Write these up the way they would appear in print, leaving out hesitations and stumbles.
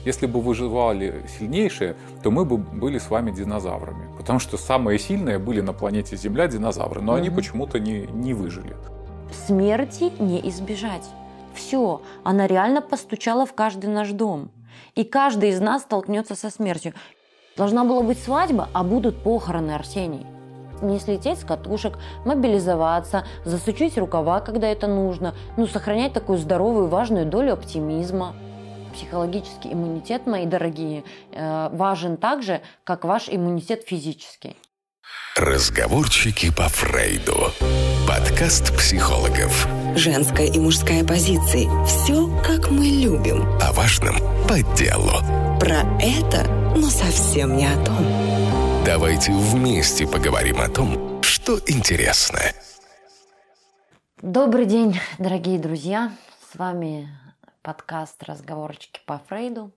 Если бы выживали сильнейшие, то мы бы были с вами динозаврами. Потому что самые сильные были на планете Земля динозавры, но они почему-то не выжили. Смерти не избежать. Все, она реально постучала в каждый наш дом. И каждый из нас столкнется со смертью. Должна была быть свадьба, а будут похороны, Арсений. Не слететь с катушек, мобилизоваться, засучить рукава, когда это нужно. Сохранять такую здоровую, важную долю оптимизма. Психологический иммунитет, мои дорогие, важен так же, как ваш иммунитет физический. Разговорчики по Фрейду. Подкаст психологов. Женская и мужская позиции. Все, как мы любим. О важном по делу. Про это, но совсем не о том. Давайте вместе поговорим о том, что интересно. Добрый день, дорогие друзья. С вами подкаст «Разговорчики по Фрейду»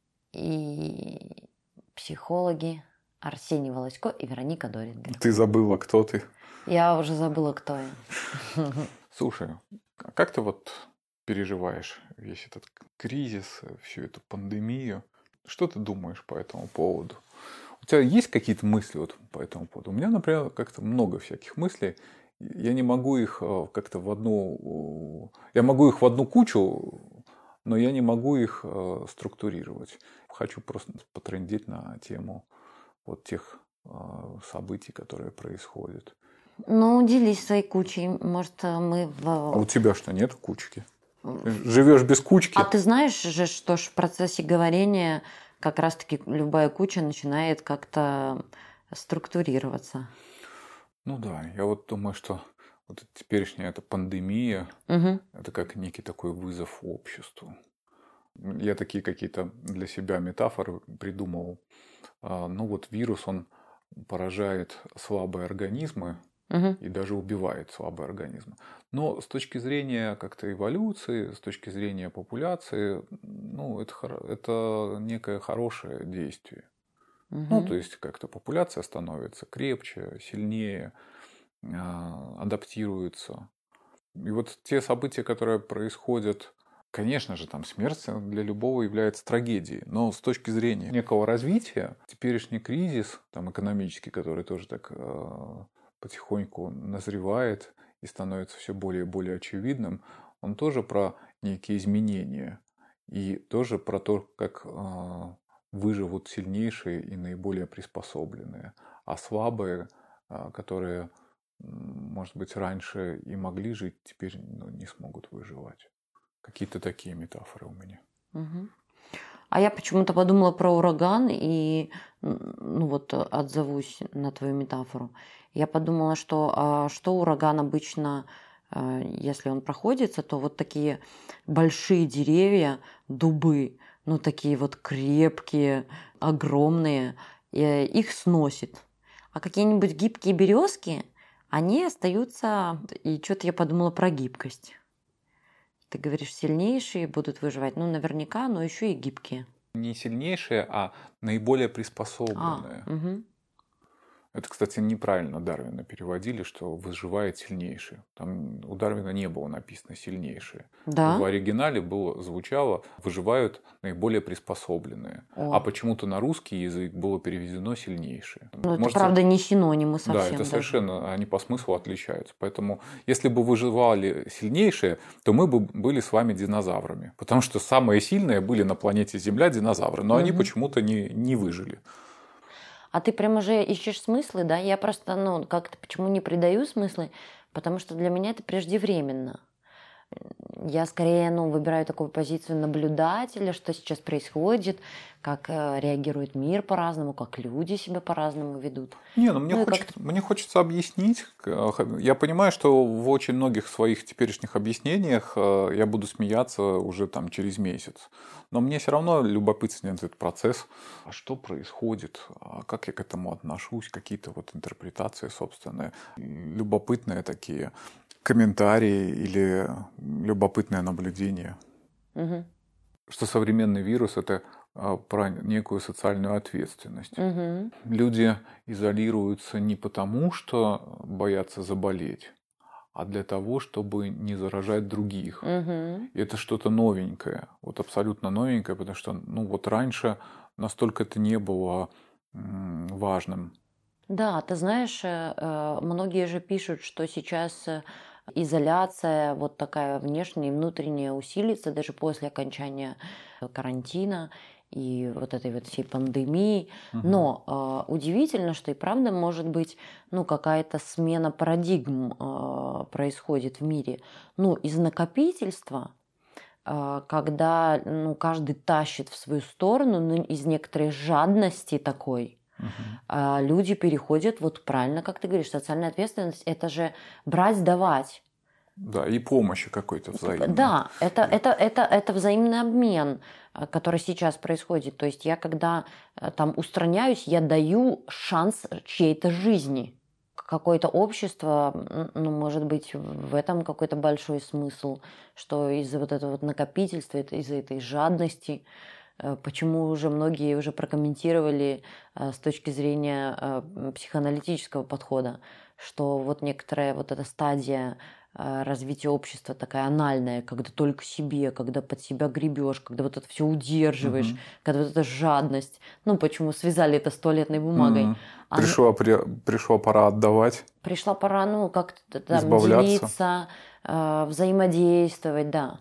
и психологи Арсений Волосько и Вероника Дорингер. Ты забыла, кто ты? Я уже забыла, кто я. Слушай, как ты переживаешь весь этот кризис, всю эту пандемию? Что ты думаешь по этому поводу? У тебя есть какие-то мысли по этому поводу? У меня, например, как-то много всяких мыслей. Я не могу их как-то в одну... Я могу их в одну кучу, но я не могу их структурировать. Хочу просто потрындеть на тему тех событий, которые происходят. Делись своей кучей. Может, мы... А у тебя что, нет кучки? Живешь без кучки? А ты знаешь же, что в процессе говорения как раз-таки любая куча начинает как-то структурироваться. Да, я думаю, что теперешняя эта пандемия, это как некий такой вызов обществу. Я такие какие-то для себя метафоры придумал. Вирус, он поражает слабые организмы и даже убивает слабые организмы. Но с точки зрения как-то эволюции, с точки зрения популяции, это некое хорошее действие. То есть как-то популяция становится крепче, сильнее, адаптируется. И те события, которые происходят, конечно же, смерть для любого является трагедией. Но с точки зрения некого развития, теперешний кризис, экономический, который тоже так потихоньку назревает и становится все более и более очевидным, он тоже про некие изменения. И тоже про то, как выживут сильнейшие и наиболее приспособленные. А слабые, которые, может быть, раньше и могли жить, теперь не смогут выживать. Какие-то такие метафоры у меня. А я почему-то подумала про ураган и отзовусь на твою метафору. Я подумала, что ураган обычно, если он проходится, то такие большие деревья, дубы, такие крепкие, огромные, их сносит. А какие-нибудь гибкие березки, они остаются, и что-то я подумала про гибкость. Ты говоришь, сильнейшие будут выживать. Наверняка, но еще и гибкие. Не сильнейшие, а наиболее приспособленные. Это, кстати, неправильно Дарвина переводили, что выживает сильнейший. Там у Дарвина не было написано сильнейшие. Да? В оригинале звучало «выживают наиболее приспособленные». А почему-то на русский язык было переведено «сильнейшие». Это, правда, не синонимы совсем. Да, это совершенно, они по смыслу отличаются. Поэтому, если бы выживали сильнейшие, то мы бы были с вами динозаврами. Потому что самые сильные были на планете Земля динозавры, но они почему-то не выжили. А ты прям уже ищешь смыслы, да? Я просто, как-то почему не придаю смыслы? Потому что для меня это преждевременно. Я скорее, выбираю такую позицию наблюдателя, что сейчас происходит, как реагирует мир по-разному, как люди себя по-разному ведут. Мне хочется объяснить. Я понимаю, что в очень многих своих теперешних объяснениях я буду смеяться уже через месяц. Но мне все равно любопытен этот процесс. А что происходит? Как я к этому отношусь? Какие-то интерпретации собственные. Любопытные такие комментарии или любопытное наблюдение. Что современный вирус – это про некую социальную ответственность. Люди изолируются не потому, что боятся заболеть, а для того, чтобы не заражать других. Мгм. И это что-то новенькое, вот абсолютно новенькое, потому что вот раньше настолько это не было важным. Да, ты знаешь, многие же пишут, что сейчас изоляция вот такая внешняя и внутренняя усилится даже после окончания карантина и вот этой вот всей пандемии. Но удивительно, что и правда может быть какая-то смена парадигм происходит в мире. Из накопительства, когда каждый тащит в свою сторону, из некоторой жадности такой, люди переходят, вот правильно, как ты говоришь, социальная ответственность, это же брать-давать. Да, и помощи какой-то взаимной. Да, это взаимный обмен, который сейчас происходит. То есть я когда там устраняюсь, я даю шанс чьей-то жизни. Какое-то общество, может быть, в этом какой-то большой смысл, что из-за вот этого вот накопительства, из-за этой жадности, почему уже многие уже прокомментировали с точки зрения психоаналитического подхода, что вот некоторая вот эта стадия развития общества такая анальная, когда только себе, когда под себя гребешь, когда вот это все удерживаешь, когда вот эта жадность. Почему связали это с туалетной бумагой? Пришла пора отдавать. Пришла пора, как-то там избавляться. делиться, взаимодействовать, да.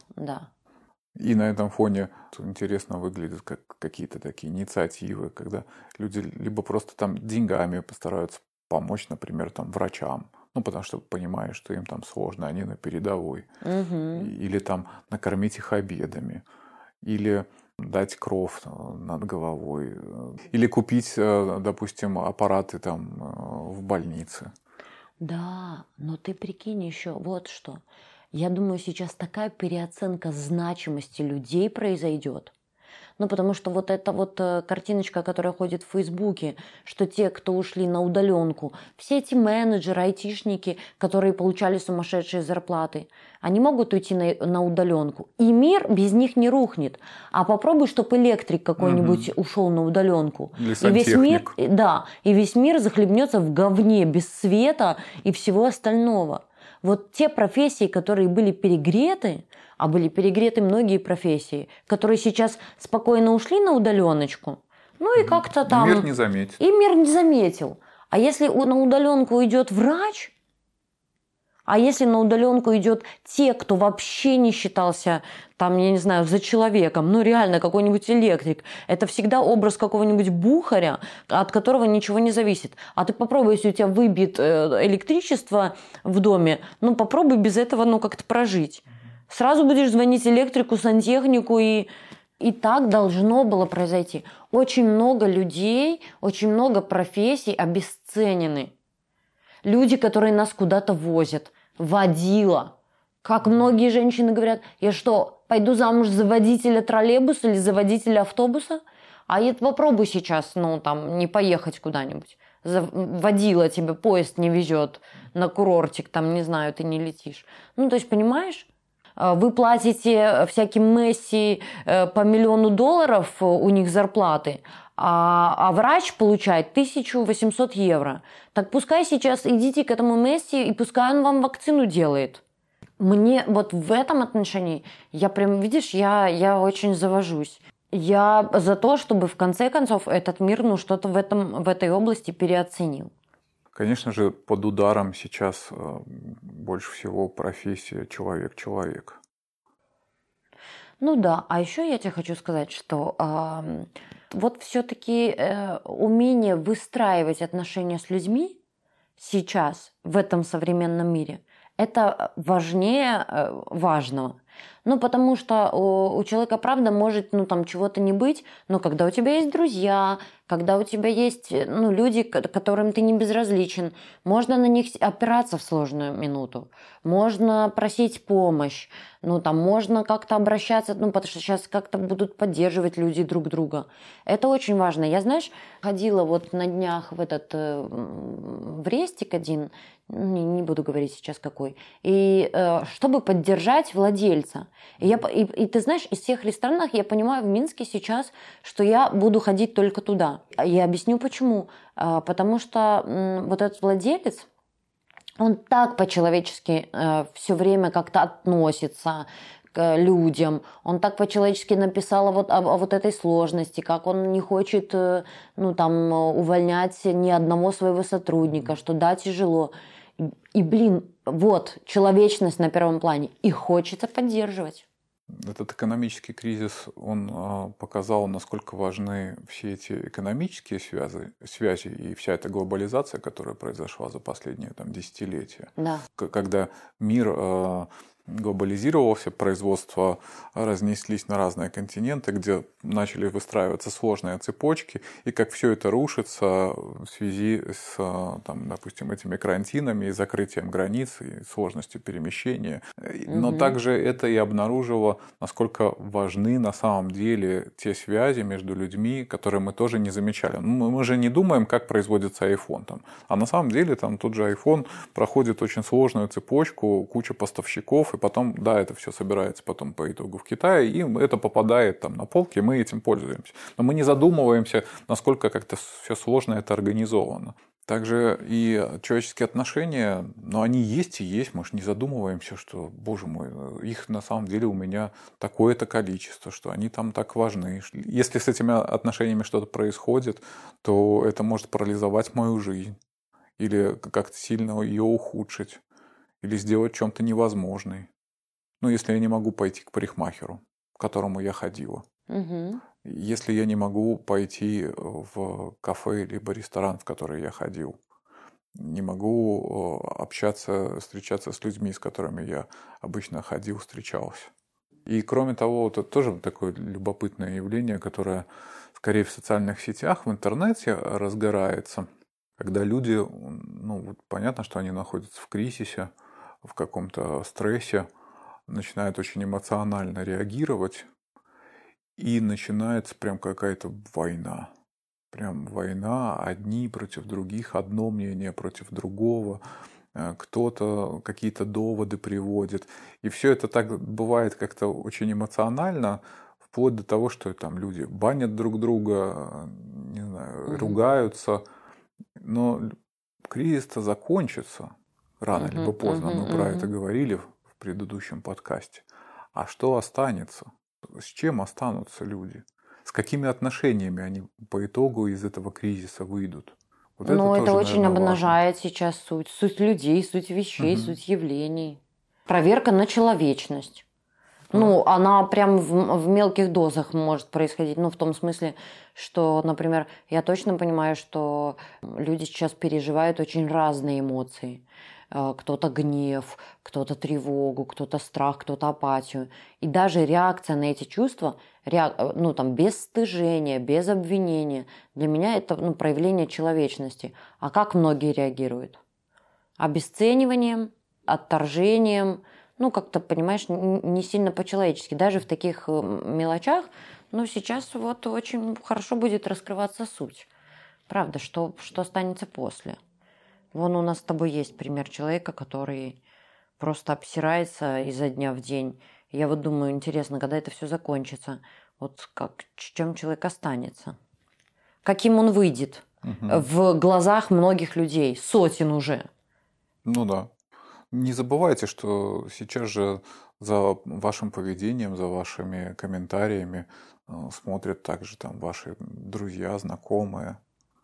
И на этом фоне интересно выглядят как какие-то такие инициативы, когда люди либо просто там деньгами постараются помочь, например, там врачам, потому что понимаешь, что им там сложно, они на передовой. Или там накормить их обедами, или дать кров над головой, или купить, допустим, аппараты там в больнице. Да, но ты прикинь еще вот что. Я думаю, сейчас такая переоценка значимости людей произойдет. Потому что вот эта вот картиночка, которая ходит в Фейсбуке, что те, кто ушли на удаленку, все эти менеджеры, айтишники, которые получали сумасшедшие зарплаты, они могут уйти на удаленку. И мир без них не рухнет. А попробуй, чтобы электрик какой-нибудь ушел на удаленку. Или сантехник. И весь мир захлебнется в говне, без света и всего остального. Вот те профессии, которые были перегреты, а были перегреты многие профессии, которые сейчас спокойно ушли на удаленочку, и как-то там... Мир не заметил. И мир не заметил. А если на удаленку идет врач, а если на удаленку идет те, кто вообще не считался, там, я не знаю, за человеком, реально какой-нибудь электрик, это всегда образ какого-нибудь бухаря, от которого ничего не зависит. А ты попробуй, если у тебя выбит электричество в доме, попробуй без этого, как-то прожить. Сразу будешь звонить электрику, сантехнику, и так должно было произойти. Очень много людей, очень много профессий обесценены. Люди, которые нас куда-то возят, водила. Как многие женщины говорят, я что, пойду замуж за водителя троллейбуса или за водителя автобуса? А попробуй сейчас, не поехать куда-нибудь. Водила тебе, поезд не везет на курортик, там, не знаю, ты не летишь. То есть, понимаешь? Вы платите всяким Месси по $1 миллион у них зарплаты, а врач получает 1800 евро. Так пускай сейчас идите к этому Месси, и пускай он вам вакцину делает. Мне вот в этом отношении, я прям, видишь, я очень завожусь. Я за то, чтобы в конце концов этот мир что-то в этой области переоценил. Конечно же, под ударом сейчас больше всего профессия человек-человек. Да, а еще я тебе хочу сказать, что вот все-таки умение выстраивать отношения с людьми сейчас в этом современном мире, это важнее важного. Потому что у человека, правда, может, чего-то не быть, но когда у тебя есть друзья, когда у тебя есть, люди, которым ты не безразличен, можно на них опираться в сложную минуту, можно просить помощь, можно как-то обращаться, потому что сейчас как-то будут поддерживать люди друг друга. Это очень важно. Я, знаешь, ходила вот на днях в рестик один, не буду говорить сейчас какой, и чтобы поддержать владельца. И ты знаешь, из всех ресторанов я понимаю в Минске сейчас, что я буду ходить только туда. Я объясню почему. Потому что вот этот владелец, Он так по-человечески все время как-то относится к людям. Он так по-человечески написал о вот этой сложности, как он не хочет увольнять ни одного своего сотрудника, что да, тяжело. И, вот, человечность на первом плане. И хочется поддерживать. Этот экономический кризис, он показал, насколько важны все эти экономические связи и вся эта глобализация, которая произошла за последние десятилетия. Да. Когда мир глобализировался, производства разнеслись на разные континенты, где начали выстраиваться сложные цепочки, и как все это рушится в связи с, допустим, этими карантинами и закрытием границ, и сложностью перемещения. Но также это и обнаружило, насколько важны на самом деле те связи между людьми, которые мы тоже не замечали. Мы же не думаем, как производится iPhone. А на самом деле тот же iPhone проходит очень сложную цепочку, куча поставщиков, и потом, да, это все собирается потом по итогу в Китае, и это попадает на полки, и мы этим пользуемся. Но мы не задумываемся, насколько как-то все сложно это организовано. Также и человеческие отношения, они есть и есть, мы же не задумываемся, что, боже мой, их на самом деле у меня такое-то количество, что они там так важны. Если с этими отношениями что-то происходит, то это может парализовать мою жизнь или как-то сильно ее ухудшить. Или сделать чем-то невозможной. Если я не могу пойти к парикмахеру, к которому я ходила. Угу. Если я не могу пойти в кафе либо ресторан, в который я ходил. Не могу общаться, встречаться с людьми, с которыми я обычно ходил, встречался. И кроме того, это тоже такое любопытное явление, которое скорее в социальных сетях, в интернете разгорается. Когда люди, понятно, что они находятся в кризисе, в каком-то стрессе, начинают очень эмоционально реагировать, и начинается прям какая-то война. Прям война, одни против других, одно мнение против другого, кто-то какие-то доводы приводит. И все это так бывает как-то очень эмоционально, вплоть до того, что люди банят друг друга, не знаю, ругаются. Но кризис-то закончится рано либо поздно. Мы про это говорили в предыдущем подкасте. А что останется? С чем останутся люди? С какими отношениями они по итогу из этого кризиса выйдут? Это очень обнажает сейчас суть людей, суть вещей, суть явлений. Проверка на человечность. Она прям в мелких дозах может происходить. В том смысле, что, например, я точно понимаю, что люди сейчас переживают очень разные эмоции. Кто-то гнев, кто-то тревогу, кто-то страх, кто-то апатию. И даже реакция на эти чувства, без стыжения, без обвинения, для меня это проявление человечности. А как многие реагируют? Обесцениванием, отторжением, как-то, понимаешь, не сильно по-человечески. Даже в таких мелочах, сейчас очень хорошо будет раскрываться суть. Правда, что останется после. Вон у нас с тобой есть пример человека, который просто обсирается изо дня в день. И я думаю, интересно, когда это все закончится, чем человек останется? Каким он выйдет в глазах многих людей, сотен уже? Да. Не забывайте, что сейчас же за вашим поведением, за вашими комментариями смотрят также ваши друзья, знакомые.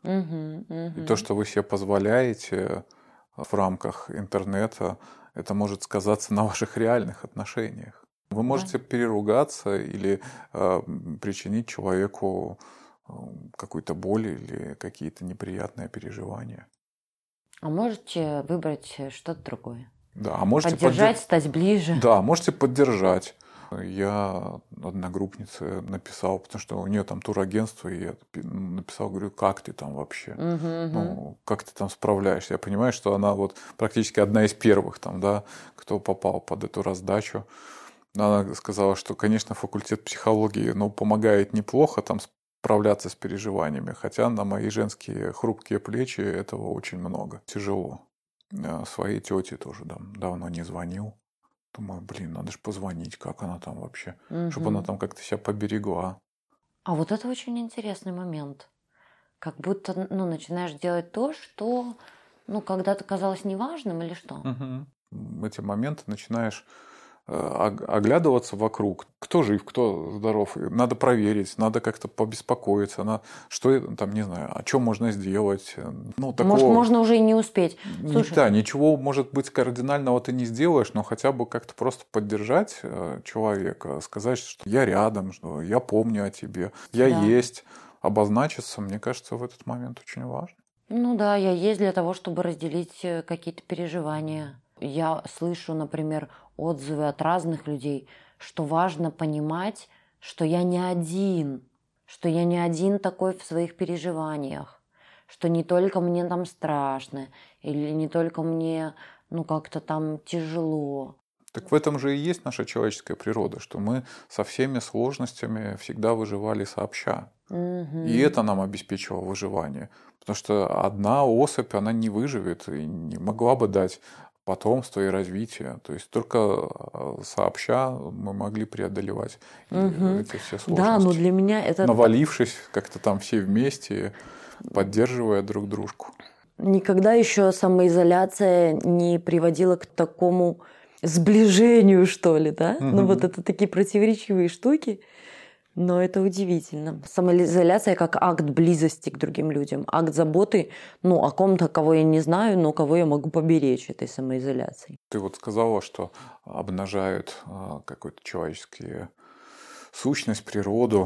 И то, что вы себе позволяете в рамках интернета, это может сказаться на ваших реальных отношениях. Вы можете переругаться или причинить человеку какую-то боль или какие-то неприятные переживания. А можете выбрать что-то другое. Да, а можете поддержать, стать ближе. Да, можете поддержать. Я одногруппнице написал, потому что у нее там турагентство, и я написал, говорю, как ты там вообще? Как ты там справляешься? Я понимаю, что она практически одна из первых кто попал под эту раздачу. Она сказала, что, конечно, факультет психологии помогает неплохо справляться с переживаниями, хотя на мои женские хрупкие плечи этого очень много. Тяжело. Своей тете тоже давно не звонил. Думаю, надо же позвонить, как она там вообще, чтобы она там как-то себя поберегла. А это очень интересный момент. Как будто начинаешь делать то, что Ну, когда-то казалось неважным или что? В эти моменты начинаешь оглядываться вокруг. Кто жив, кто здоров. Надо проверить, надо как-то побеспокоиться. Что там, не знаю, о чем можно сделать. Ну, такого... Может, можно уже и не успеть. Слушай. Да, ничего, может быть, кардинального ты не сделаешь, но хотя бы как-то просто поддержать человека, сказать, что я рядом, что я помню о тебе, я есть. Обозначиться, мне кажется, в этот момент очень важно. Ну да, я есть для того, чтобы разделить какие-то переживания. Я слышу, например, отзывы от разных людей, что важно понимать, что я не один такой в своих переживаниях, что не только мне там страшно, или не только мне, как-то там тяжело. Так в этом же и есть наша человеческая природа, что мы со всеми сложностями всегда выживали сообща. И это нам обеспечивало выживание. Потому что одна особь, она не выживет и не могла бы дать потомство и развитие. То есть только сообща мы могли преодолевать эти все сложности. Да, но для меня это... Навалившись как-то там все вместе, поддерживая друг дружку. Никогда еще самоизоляция не приводила к такому сближению, что ли, да? Ну, вот это такие противоречивые штуки. Но это удивительно. Самоизоляция как акт близости к другим людям, акт заботы, о ком-то, кого я не знаю, но кого я могу поберечь этой самоизоляцией. Ты вот сказала, что обнажают какую-то человеческую сущность, природу.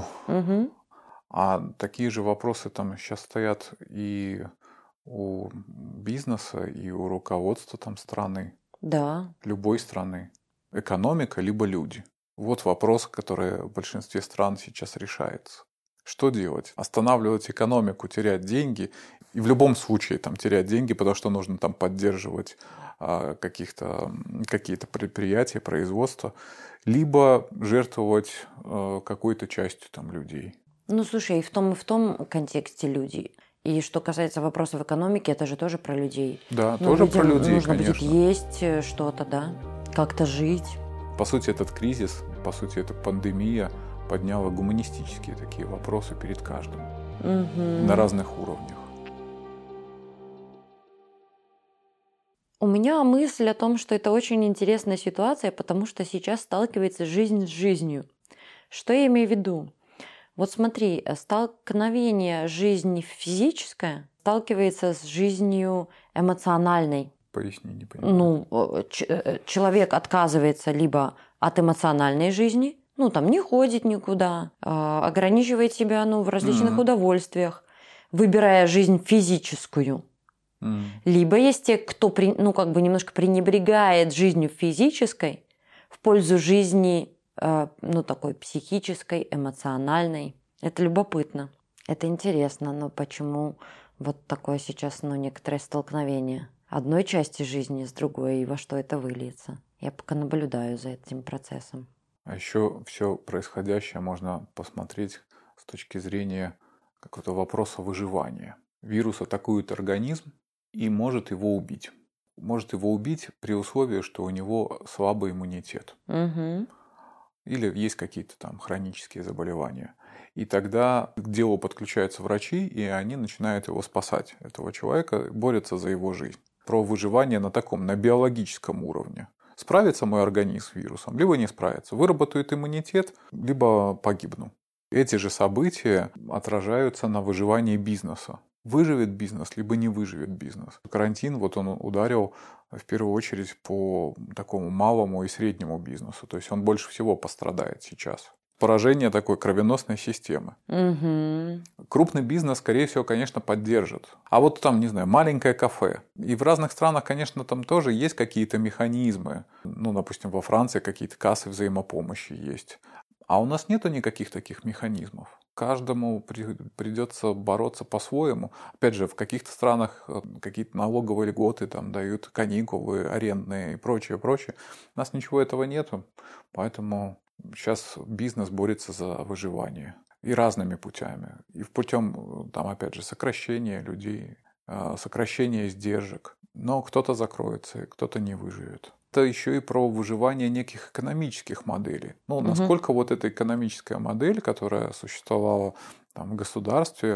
А такие же вопросы там сейчас стоят и у бизнеса, и у руководства там страны. Да. Любой страны. Экономика либо люди. Вот вопрос, который в большинстве стран сейчас решается. Что делать? Останавливать экономику, терять деньги. И в любом случае там, терять деньги, потому что нужно там поддерживать какие-то предприятия, производства. Либо жертвовать какой-то частью там, людей. Ну, слушай, и в том контексте люди. И что касается вопросов экономики, это же тоже про людей. Да, тоже про людей, нужно конечно. будет есть что-то, да? Как-то жить. По сути, этот кризис, по сути, эта пандемия подняла гуманистические такие вопросы перед каждым. На разных уровнях. У меня мысль о том, что это очень интересная ситуация, потому что сейчас сталкивается жизнь с жизнью. Что я имею в виду? Вот смотри, столкновение жизни физическое сталкивается с жизнью эмоциональной. Поясни, не понимаю. Человек отказывается либо от эмоциональной жизни, не ходит никуда, ограничивает себя в различных удовольствиях, выбирая жизнь физическую. Либо есть те, кто немножко пренебрегает жизнью физической в пользу жизни такой психической, эмоциональной. Это любопытно, это интересно, но почему вот такое сейчас некоторое столкновение одной части жизни с другой, и во что это выльется? Я пока наблюдаю за этим процессом. А еще все происходящее можно посмотреть с точки зрения какого-то вопроса выживания. Вирус атакует организм и может его убить. Может его убить при условии, что у него слабый иммунитет. Или есть какие-то там хронические заболевания. И тогда к делу подключаются врачи, и они начинают его спасать, этого человека, борются за его жизнь. Про выживание на биологическом уровне. Справится мой организм с вирусом, либо не справится. Выработает иммунитет, либо погибну. Эти же события отражаются на выживании бизнеса. Выживет бизнес, либо не выживет бизнес. Карантин, он ударил в первую очередь по такому малому и среднему бизнесу. То есть он больше всего пострадает сейчас. Поражение такой кровеносной системы. Крупный бизнес, скорее всего, конечно, поддержит. А вот там, не знаю, маленькое кафе. И в разных странах, конечно, там тоже есть какие-то механизмы. Допустим, во Франции какие-то кассы взаимопомощи есть. А у нас нету никаких таких механизмов. Каждому придется бороться по-своему. Опять же, в каких-то странах какие-то налоговые льготы там дают, каникулы арендные и прочее. У нас ничего этого нету, поэтому сейчас бизнес борется за выживание. И разными путями. И путем, опять же, сокращения людей, сокращения издержек. Но кто-то закроется, кто-то не выживет. Это еще и про выживание неких экономических моделей. Насколько вот эта экономическая модель, которая существовала в государстве,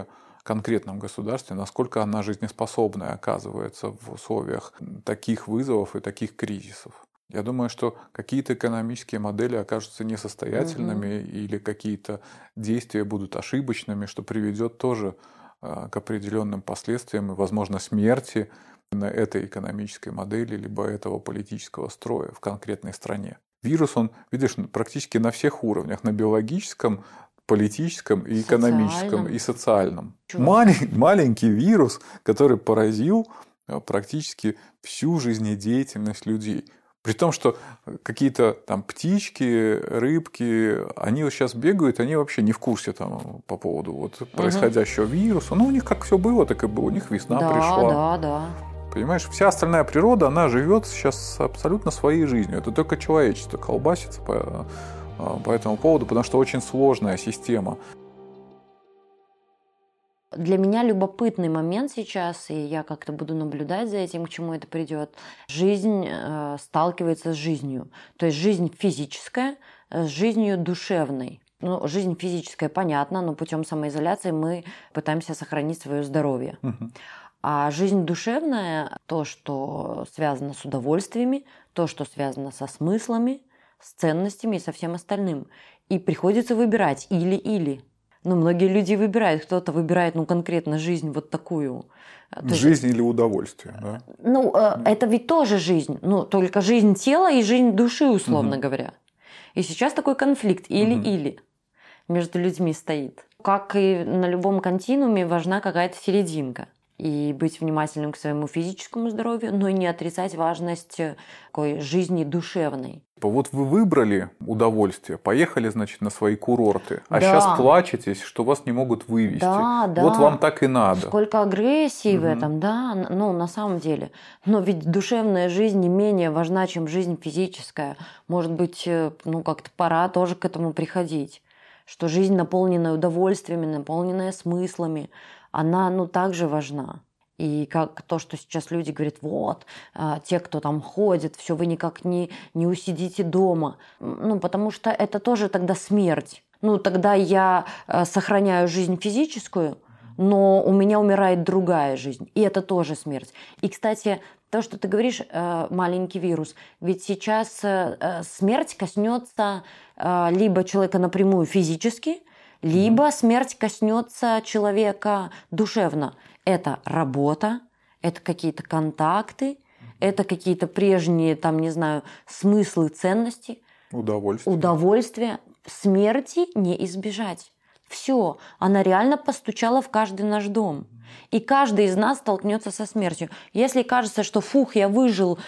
конкретном государстве, насколько она жизнеспособной оказывается в условиях таких вызовов и таких кризисов. Я думаю, что какие-то экономические модели окажутся несостоятельными или какие-то действия будут ошибочными, что приведет тоже к определенным последствиям и, возможно, смерти этой экономической модели либо этого политического строя в конкретной стране. Вирус, он, видишь, практически на всех уровнях, на биологическом, политическом, и экономическом, и социальном. Маленький вирус, который поразил практически всю жизнедеятельность людей. При том, что какие-то там птички, рыбки, они вот сейчас бегают, они вообще не в курсе там, по поводу вот происходящего вируса. Ну, у них как все было, так и было. У них весна пришла. Да. Понимаешь, вся остальная природа, она живет сейчас абсолютно своей жизнью. Это только человечество колбасится по этому поводу, потому что очень сложная система. Для меня любопытный момент сейчас, и я как-то буду наблюдать за этим, к чему это придет. Жизнь сталкивается с жизнью. То есть жизнь физическая с жизнью душевной. Ну, жизнь физическая, понятно, но путем самоизоляции мы пытаемся сохранить свое здоровье. А жизнь душевная, то, что связано с удовольствиями, то, что связано со смыслами, с ценностями и со всем остальным. И приходится выбирать или-или. Ну, многие люди выбирают, кто-то выбирает, конкретно жизнь вот такую. Жизнь или удовольствие, да? Ну, это ведь тоже жизнь, только жизнь тела и жизнь души, условно говоря. И сейчас такой конфликт или-или между людьми стоит. Как и на любом континууме, важна какая-то серединка. И быть внимательным к своему физическому здоровью, но и не отрицать важность такой жизни душевной. Вот вы выбрали удовольствие, поехали, значит, на свои курорты, а сейчас плачетесь, что вас не могут вывести. Вот вам так и надо. Сколько агрессии в этом, на самом деле. Но ведь душевная жизнь не менее важна, чем жизнь физическая. Может быть, как-то пора тоже к этому приходить. Что жизнь, наполненная удовольствиями, наполненная смыслами, она, также важна. И как то, что сейчас люди говорят, те, кто там ходит, все, вы никак не усидите дома. Потому что это тоже тогда смерть. Тогда я сохраняю жизнь физическую, но у меня умирает другая жизнь. И это тоже смерть. И, кстати, то, что ты говоришь, маленький вирус, ведь сейчас смерть коснется либо человека напрямую физически, либо смерть коснется человека душевно. Это работа, это какие-то контакты, это какие-то прежние, смыслы, ценности. Удовольствие. Смерти не избежать. Все, она реально постучала в каждый наш дом. И каждый из нас столкнется со смертью. Если кажется, что я выжил,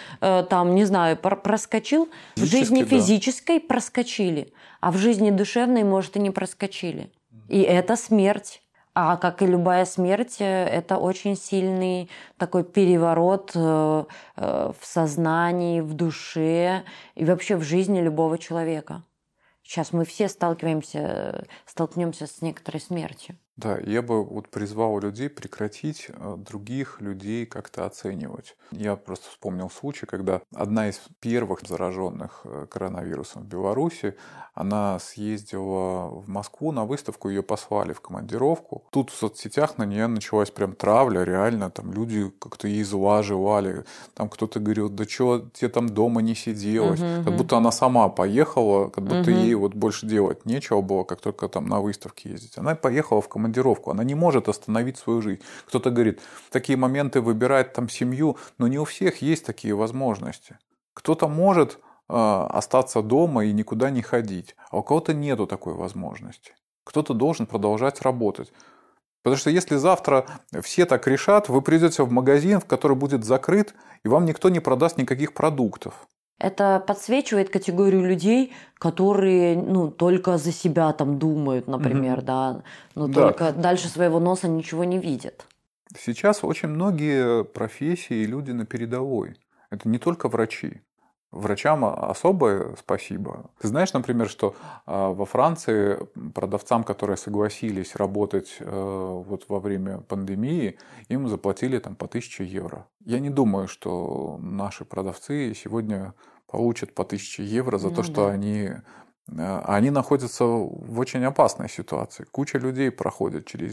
проскочил, в жизни физической проскочили, а в жизни душевной, может, и не проскочили. И это смерть. А как и любая смерть, это очень сильный такой переворот в сознании, в душе и вообще в жизни любого человека. Сейчас мы все столкнемся с некоторой смертью. Да, я бы призвал людей прекратить других людей как-то оценивать. Я просто вспомнил случай, когда одна из первых зараженных коронавирусом в Беларуси, она съездила в Москву на выставку, ее послали в командировку. Тут в соцсетях на нее началась прям травля, реально, там люди как-то ей зла желали. Там кто-то говорил, да чего тебе там дома не сиделось? Как будто она сама поехала, как будто ей больше делать нечего было, как только там на выставке ездить. Она поехала в командировку, она не может остановить свою жизнь. Кто-то говорит, в такие моменты выбирать там семью, но не у всех есть такие возможности. Кто-то может остаться дома и никуда не ходить, а у кого-то нету такой возможности. Кто-то должен продолжать работать. Потому что если завтра все так решат, вы придете в магазин, в который будет закрыт, и вам никто не продаст никаких продуктов. Это подсвечивает категорию людей, которые только за себя думают, например, только дальше своего носа ничего не видят. Сейчас очень многие профессии и люди на передовой. Это не только врачи. Врачам особое спасибо. Ты знаешь, например, что во Франции продавцам, которые согласились работать во время пандемии, им заплатили по 1000 евро. Я не думаю, что наши продавцы сегодня получат по 1000 евро за то, что они находятся в очень опасной ситуации. Куча людей проходит через них.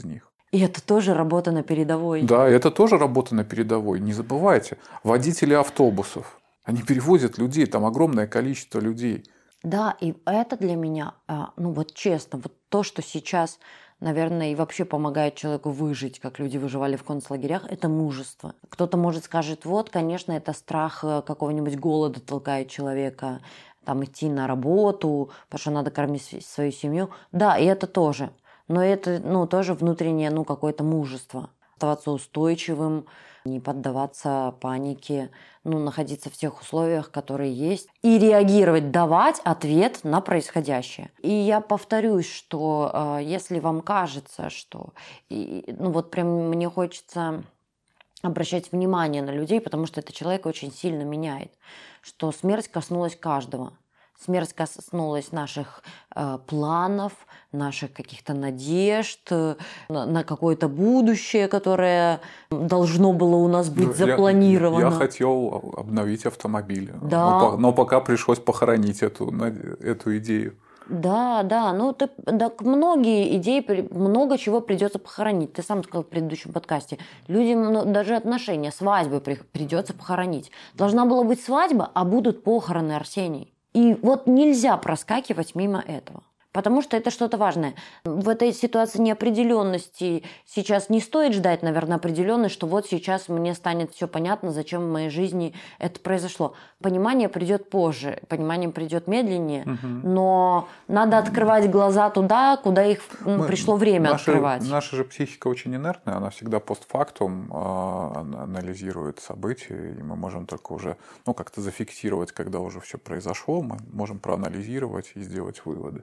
И это тоже работа на передовой. Да, это тоже работа на передовой. Не забывайте, водители автобусов, они перевозят людей, там огромное количество людей. Да, и это для меня, ну вот честно, вот то, что сейчас, наверное, и вообще помогает человеку выжить, как люди выживали в концлагерях, это мужество. Кто-то, может, скажет, вот, конечно, это страх какого-нибудь голода толкает человека там идти на работу, потому что надо кормить свою семью. Да, и это тоже. Но это, ну, тоже внутреннее, ну, какое-то мужество. Оставаться устойчивым, не поддаваться панике, ну, находиться в тех условиях, которые есть, и реагировать, давать ответ на происходящее. И я повторюсь, что если вам кажется, что, ну, вот прям мне хочется обращать внимание на людей, потому что это человека очень сильно меняет, что смерть коснулась каждого. Смерть коснулась наших планов, наших каких-то надежд на какое-то будущее, которое должно было у нас быть запланировано. Я хотел обновить автомобиль, да. но пока пришлось похоронить эту идею. Да, ну так многие идеи, много чего придется похоронить. Ты сам сказал в предыдущем подкасте. Людям даже отношения, свадьбы придется похоронить. Должна была быть свадьба, а будут похороны, Арсений. И вот нельзя проскакивать мимо этого. Потому что это что-то важное. В этой ситуации неопределенности сейчас не стоит ждать, наверное, определенность, что вот сейчас мне станет все понятно, зачем в моей жизни это произошло. Понимание придет позже, понимание придет медленнее, но надо открывать глаза туда, куда их пришло время открывать. Наша же психика очень инертная, она всегда постфактум анализирует события, и мы можем только уже как-то зафиксировать, когда уже все произошло, мы можем проанализировать и сделать выводы.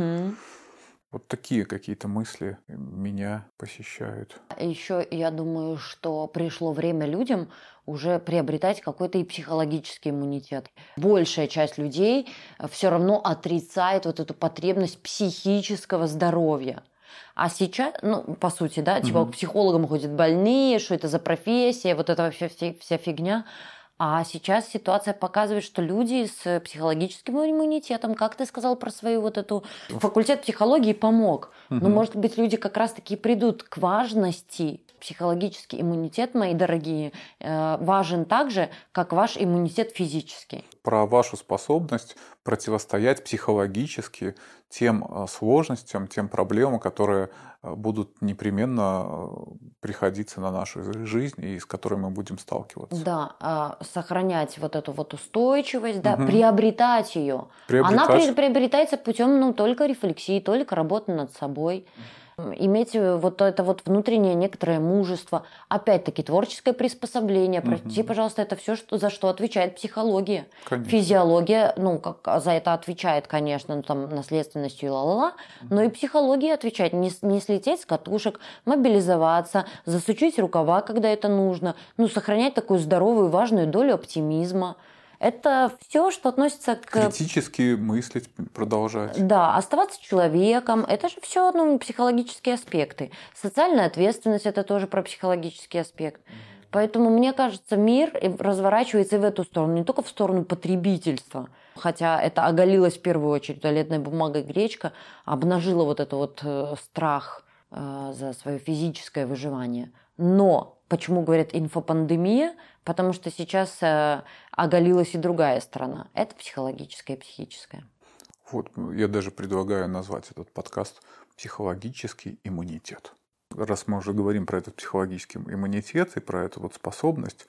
Вот такие какие-то мысли меня посещают. Еще я думаю, что пришло время людям уже приобретать какой-то и психологический иммунитет. Большая часть людей все равно отрицает вот эту потребность психического здоровья. А сейчас, по сути, да, типа к психологам ходят больные, что это за профессия, вот это вообще вся фигня. А сейчас ситуация показывает, что люди с психологическим иммунитетом, как ты сказал про свою вот эту факультет психологии, помог. Но, может быть, люди как раз-таки придут к важности. Психологический иммунитет, мои дорогие, важен так же, как ваш иммунитет физический. Про вашу способность противостоять психологически тем сложностям, тем проблемам, которые будут непременно приходиться на нашу жизнь и с которыми мы будем сталкиваться. Да, сохранять вот эту вот устойчивость, да, приобретать ее. Она приобретается путем только рефлексии, только работы над собой. Иметь вот это вот внутреннее некоторое мужество, опять-таки творческое приспособление. Прости, пожалуйста, это все, за что отвечает психология. Конечно. Физиология, как за это отвечает, конечно, наследственностью и ла-ла-ла, но и психология отвечает. Не слететь с катушек, мобилизоваться, засучить рукава, когда это нужно, сохранять такую здоровую, важную долю оптимизма. Это все, что относится к... Критически мыслить, продолжать. Да, оставаться человеком. Это же все психологические аспекты. Социальная ответственность – это тоже про психологический аспект. Поэтому, мне кажется, мир разворачивается и в эту сторону, не только в сторону потребительства. Хотя это оголилось в первую очередь. Туалетная бумага и гречка обнажила вот этот вот страх за свое физическое выживание. Но почему говорят инфопандемия? Потому что сейчас оголилась и другая сторона. Это психологическая и психическая. Вот, я даже предлагаю назвать этот подкаст «Психологический иммунитет». Раз мы уже говорим про этот психологический иммунитет и про эту вот способность,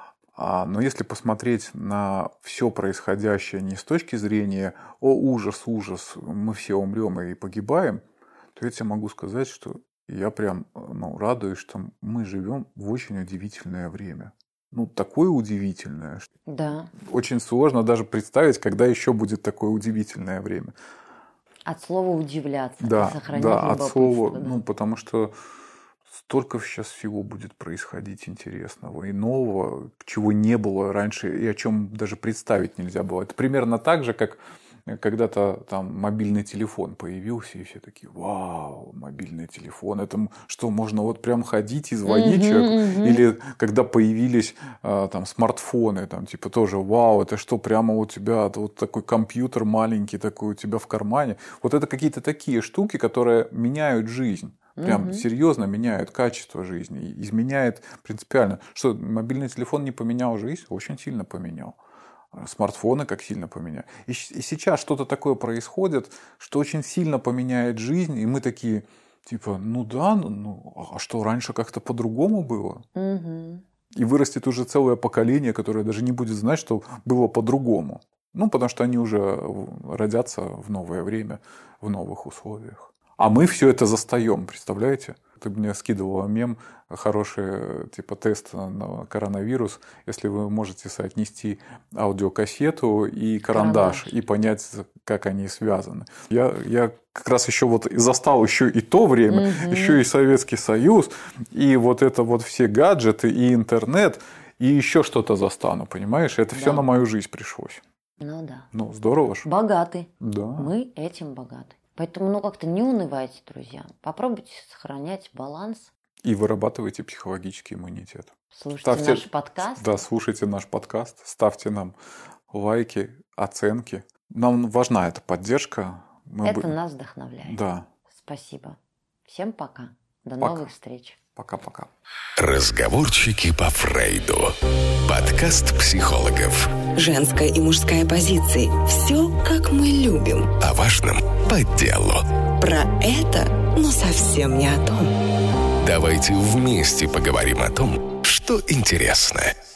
но если посмотреть на все происходящее не с точки зрения «О, ужас, мы все умрем и погибаем», то я тебе могу сказать, что я прям радуюсь, что мы живем в очень удивительное время. Такое удивительное. Да. Очень сложно даже представить, когда еще будет такое удивительное время. От слова удивляться. Да, сохранять от слова, да. Потому что столько сейчас всего будет происходить интересного и нового, чего не было раньше и о чем даже представить нельзя было. Это примерно так же, как когда-то там мобильный телефон появился, и все такие: вау, мобильный телефон, это что, можно вот прям ходить и звонить человеку? Или когда появились там смартфоны, там типа тоже: вау, это что, прямо у тебя вот такой компьютер маленький такой у тебя в кармане? Вот это какие-то такие штуки, которые меняют жизнь. Прям серьезно меняют качество жизни, изменяет принципиально. Что, мобильный телефон не поменял жизнь? Очень сильно поменял. Смартфоны как сильно поменяли. И сейчас что-то такое происходит, что очень сильно поменяет жизнь, и мы такие, типа, а что, раньше как-то по-другому было? И вырастет уже целое поколение, которое даже не будет знать, что было по-другому. Потому что они уже родятся в новое время, в новых условиях. А мы все это застаем, представляете? Ты мне скидывала мем, хороший типа тест на коронавирус, если вы можете соотнести аудиокассету и карандаш и понять, как они связаны. Я как раз еще вот застал еще и то время, еще и Советский Союз, и вот это вот все гаджеты, и интернет, и еще что-то застану, понимаешь? Это все на мою жизнь пришлось. Ну да. Здорово же. Богаты. Да. Мы этим богаты. Поэтому, как-то не унывайте, друзья. Попробуйте сохранять баланс. И вырабатывайте психологический иммунитет. Слушайте наш подкаст. Да, слушайте наш подкаст. Ставьте нам лайки, оценки. Нам важна эта поддержка. Это нас вдохновляет. Да. Спасибо. Всем пока. До новых встреч. Пока-пока. Разговорчики по Фрейду. Подкаст психологов. Женская и мужская позиции. Все, как мы любим. О важном по делу. Про это, но совсем не о том. Давайте вместе поговорим о том, что интересно.